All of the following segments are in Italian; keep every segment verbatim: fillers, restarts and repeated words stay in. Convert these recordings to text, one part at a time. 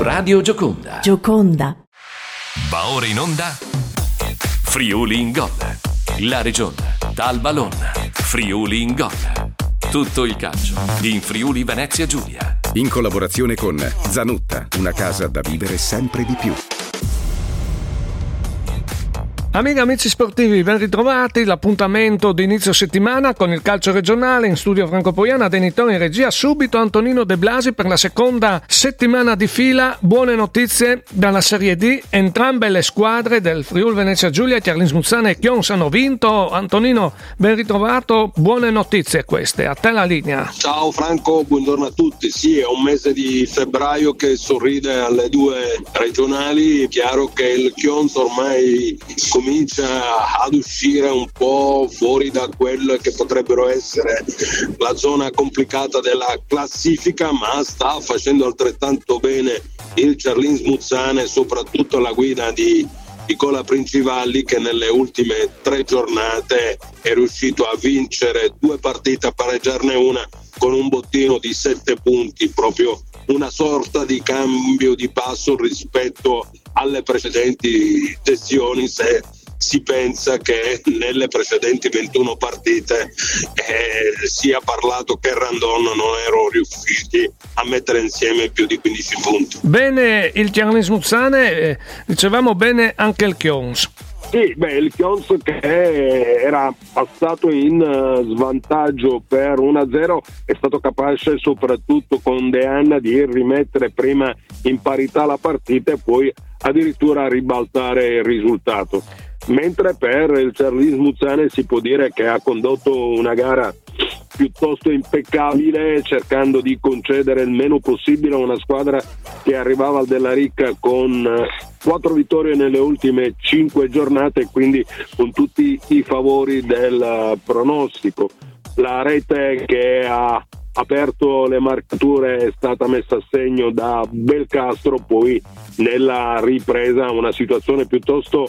Radio Gioconda. Gioconda. Va ora in onda Friuli in Gol. La regione, dal Ballon. Friuli in Gol. Tutto il calcio in Friuli Venezia Giulia. In collaborazione con Zanutta, una casa da vivere sempre di più. Amiche e amici sportivi, ben ritrovati. L'appuntamento di inizio settimana con il calcio regionale. In studio Franco Poiana, Denitore in regia, subito Antonino De Blasi per la seconda settimana di fila. Buone notizie dalla Serie D. Entrambe le squadre del Friuli Venezia Giulia, Chiarlins Muzzana e Chions, hanno vinto. Antonino, ben ritrovato. Buone notizie queste. A te la linea. Ciao Franco, buongiorno a tutti. Sì, è un mese di febbraio che sorride alle due regionali. È chiaro che il Chions ormai comincia ad uscire un po' fuori da quello che potrebbero essere la zona complicata della classifica, ma sta facendo altrettanto bene il Chiarlins Muzzana e soprattutto la guida di Nicola Princivalli, che nelle ultime tre giornate è riuscito a vincere due partite, a pareggiarne una con un bottino di sette punti, proprio una sorta di cambio di passo rispetto alle precedenti sessioni, se si pensa che nelle precedenti ventuno partite eh, sia parlato che Randon non erano riusciti a mettere insieme più di quindici punti. Bene il Chiarlins Muzzana, eh, dicevamo bene anche il Chions. Sì, beh, il Chions che era passato in svantaggio per uno a zero è stato capace soprattutto con De Anna di rimettere prima in parità la partita e poi addirittura ribaltare il risultato. Mentre per il Chiarlins Muzzana si può dire che ha condotto una gara piuttosto impeccabile, cercando di concedere il meno possibile a una squadra che arrivava al Della Ricca con quattro vittorie nelle ultime cinque giornate, quindi con tutti i favori del pronostico. La rete che ha aperto le marcature è stata messa a segno da Belcastro, poi nella ripresa una situazione piuttosto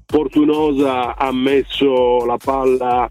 fortunosa ha messo la palla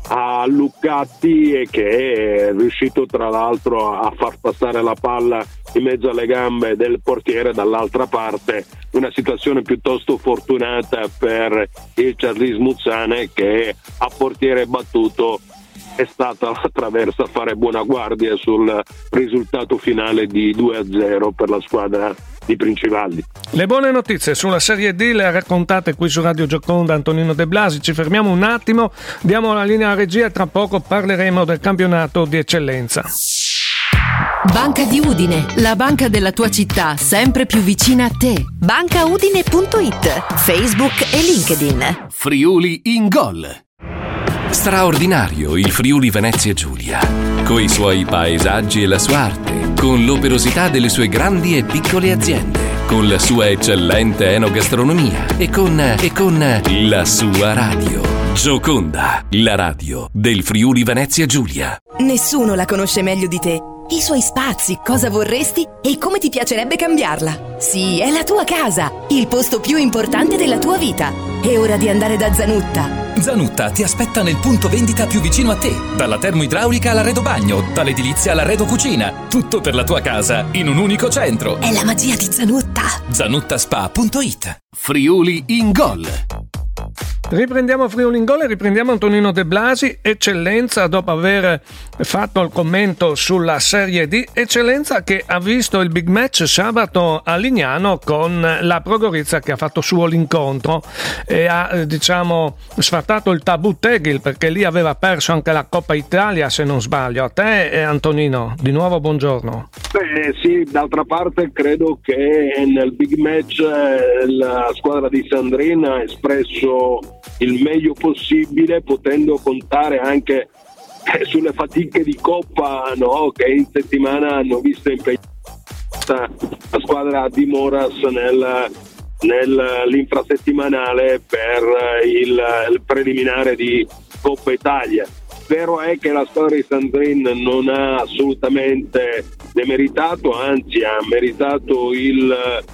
a Luccatti e che è riuscito tra l'altro a far passare la palla in mezzo alle gambe del portiere. Dall'altra parte una situazione piuttosto fortunata per il Chiarlins Muzzana, che a portiere battuto è stata la traversa a fare buona guardia sul risultato finale di due a zero per la squadra di Princivalli. Le buone notizie sulla Serie D le ha raccontate qui su Radio Gioconda Antonino De Blasi. Ci fermiamo un attimo, diamo la linea alla regia e tra poco parleremo del campionato di eccellenza. Banca di Udine, la banca della tua città, sempre più vicina a te. banca udine punto it, Facebook e LinkedIn. Friuli in Gol. Straordinario il Friuli Venezia Giulia, coi suoi paesaggi e la sua arte, con l'operosità delle sue grandi e piccole aziende, con la sua eccellente enogastronomia e con, e con la sua radio. Gioconda, la radio del Friuli Venezia Giulia. Nessuno la conosce meglio di te. I suoi spazi, cosa vorresti e come ti piacerebbe cambiarla. Sì, è la tua casa, il posto più importante della tua vita. È ora di andare da Zanutta. Zanutta ti aspetta nel punto vendita più vicino a te. Dalla termoidraulica all'arredo bagno, dall'edilizia all'arredo cucina. Tutto per la tua casa in un unico centro. È la magia di Zanutta. zanuttaspa punto it. Friuli in Gol. Riprendiamo Friuli in Gol e riprendiamo Antonino De Blasi. Eccellenza, dopo aver fatto il commento sulla Serie D, eccellenza che ha visto il big match sabato a Lignano con la Pro Gorizia, che ha fatto suo l'incontro e ha diciamo sfrattato il tabù Tegil, perché lì aveva perso anche la Coppa Italia, se non sbaglio. A te eh, Antonino, di nuovo buongiorno. Beh sì, d'altra parte credo che nel big match eh, la squadra di Sandrina ha espresso il meglio possibile, potendo contare anche eh, sulle fatiche di Coppa, no, che in settimana hanno visto impegnata la squadra di Moras nel, nell'infrasettimanale per il, il preliminare di Coppa Italia. Vero è che la squadra di Sandrin non ha assolutamente demeritato, anzi ha meritato il,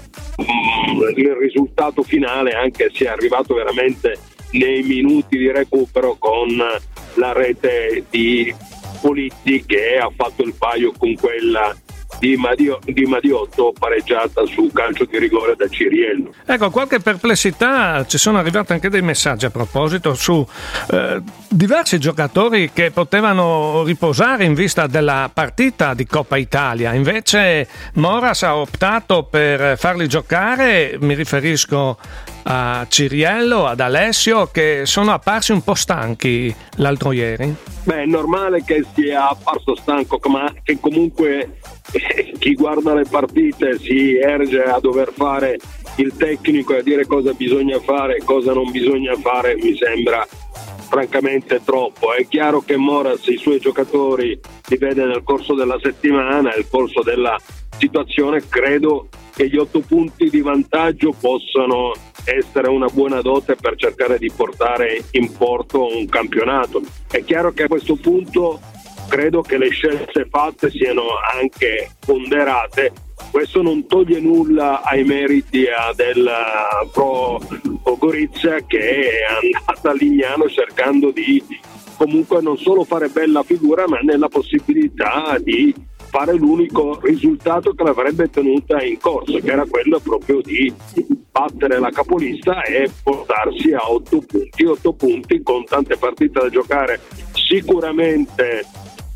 il risultato finale, anche se è arrivato veramente nei minuti di recupero con la rete di Politti, che ha fatto il paio con quella di, Madio, di Madiotto, pareggiata su calcio di rigore da Ciriello. Ecco, qualche perplessità, ci sono arrivati anche dei messaggi a proposito su eh, diversi giocatori che potevano riposare in vista della partita di Coppa Italia, invece Moras ha optato per farli giocare. Mi riferisco a Ciriello, ad Alessio, che sono apparsi un po' stanchi l'altro ieri. Beh, è normale che sia apparso stanco, ma che comunque eh, chi guarda le partite si erge a dover fare il tecnico e a dire cosa bisogna fare e cosa non bisogna fare, mi sembra francamente troppo. È chiaro che Moras i suoi giocatori li vede nel corso della settimana, nel corso della situazione. Credo che gli otto punti di vantaggio possano essere una buona dote per cercare di portare in porto un campionato. È chiaro che a questo punto credo che le scelte fatte siano anche ponderate. Questo non toglie nulla ai meriti del Pro Gorizia, che è andata a Lignano cercando di comunque non solo fare bella figura, ma nella possibilità di fare l'unico risultato che l'avrebbe tenuta in corso, che era quello proprio di battere la capolista e portarsi a otto punti. Otto punti con tante partite da giocare sicuramente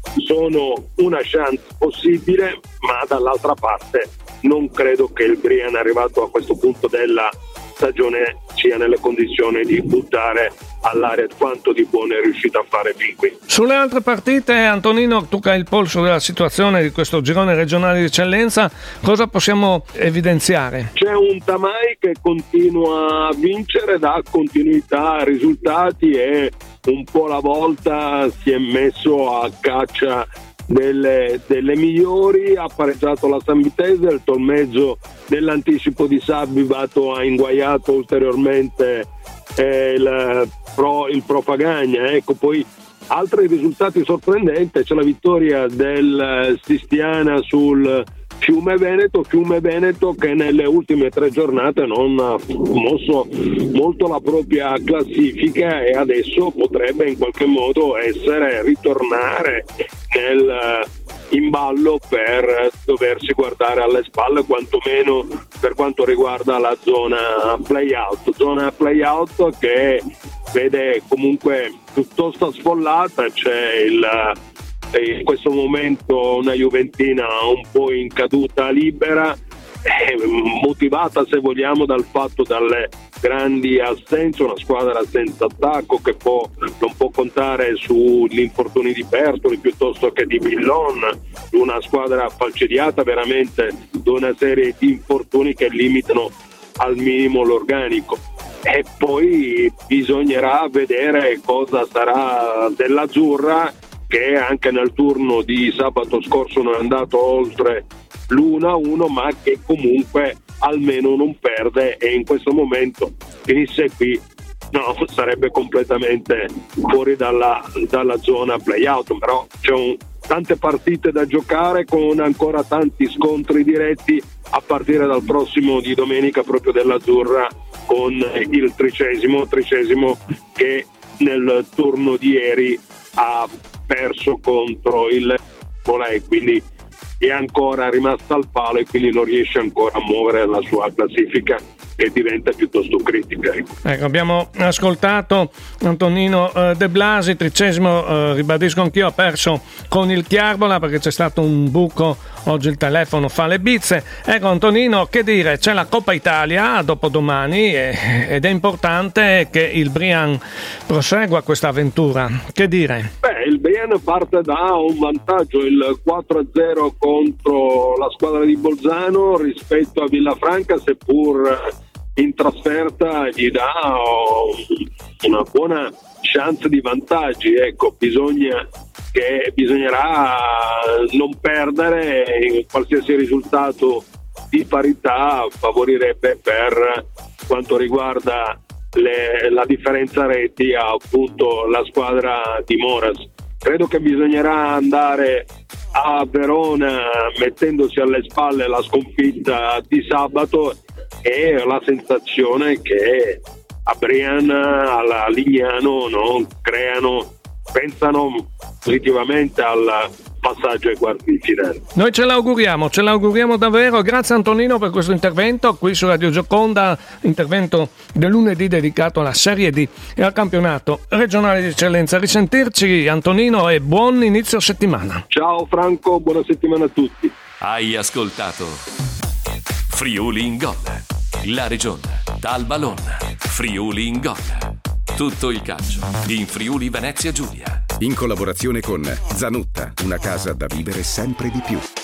sono una chance possibile, ma dall'altra parte non credo che il Brian, arrivato a questo punto della stagione, sia nelle condizioni di buttare all'aria quanto di buono è riuscito a fare fin qui. Sulle altre partite, Antonino, tu che hai il polso della situazione di questo girone regionale di eccellenza, cosa possiamo evidenziare? C'è un Tamai che continua a vincere, dà continuità a risultati e un po' alla volta si è messo a caccia delle, delle migliori. Ha pareggiato la San Vitese, il Tolmezzo nell'anticipo di Sabbibato ha inguaiato ulteriormente eh, il, pro, il Pro Pagagna. Ecco, poi altri risultati sorprendenti, c'è la vittoria del Sistiana sul Fiume Veneto, Fiume Veneto che nelle ultime tre giornate non ha mosso molto la propria classifica e adesso potrebbe in qualche modo essere, ritornare nel in ballo per doversi guardare alle spalle, quantomeno per quanto riguarda la zona play-out, zona play-out che vede comunque piuttosto sfollata. C'è il in questo momento una Juventina un po' in caduta libera, eh, motivata se vogliamo dal fatto dalle grandi assenze, una squadra senza attacco che può, non può contare sugli infortuni di Bertoli piuttosto che di Billon, una squadra falcidiata veramente da una serie di infortuni che limitano al minimo l'organico. E poi bisognerà vedere cosa sarà dell'Azzurra, che anche nel turno di sabato scorso non è andato oltre l'uno a uno, ma che comunque almeno non perde, e in questo momento finisse qui no, sarebbe completamente fuori dalla, dalla zona play-out. Però c'è un, tante partite da giocare, con ancora tanti scontri diretti a partire dal prossimo di domenica proprio dell'Azzurra, con il tricesimo tricesimo che nel turno di ieri ha perso contro il Volei, quindi è ancora rimasta al palo e quindi non riesce ancora a muovere la sua classifica, che diventa piuttosto critica. Ecco, abbiamo ascoltato Antonino eh, De Blasi, tricesimo, eh, ribadisco anch'io, ha perso con il Chiarbola perché c'è stato un buco, oggi il telefono fa le bizze. Ecco Antonino, che dire, c'è la Coppa Italia dopodomani e, ed è importante che il Brian prosegua questa avventura, che dire? Beh, il Brian parte da un vantaggio, il quattro a zero contro la squadra di Bolzano rispetto a Villafranca, seppur in trasferta gli dà una buona chance di vantaggi. Ecco, bisogna che bisognerà non perdere, qualsiasi risultato di parità favorirebbe per quanto riguarda le, la differenza reti appunto la squadra di Moras. Credo che bisognerà andare a Verona mettendosi alle spalle la sconfitta di sabato, e la sensazione che a Brian, alla Lignano, no, creano, pensano positivamente al passaggio ai quarti di finale. Noi ce l'auguriamo, ce l'auguriamo davvero. Grazie Antonino per questo intervento qui su Radio Gioconda, intervento del lunedì dedicato alla Serie D e al campionato regionale di eccellenza. A risentirci Antonino e buon inizio settimana. Ciao Franco, buona settimana a tutti. Hai ascoltato Friuli in Gol, la regione dal Ballon. Friuli in Gol, tutto il calcio in Friuli Venezia Giulia, in collaborazione con Zanutta, una casa da vivere sempre di più.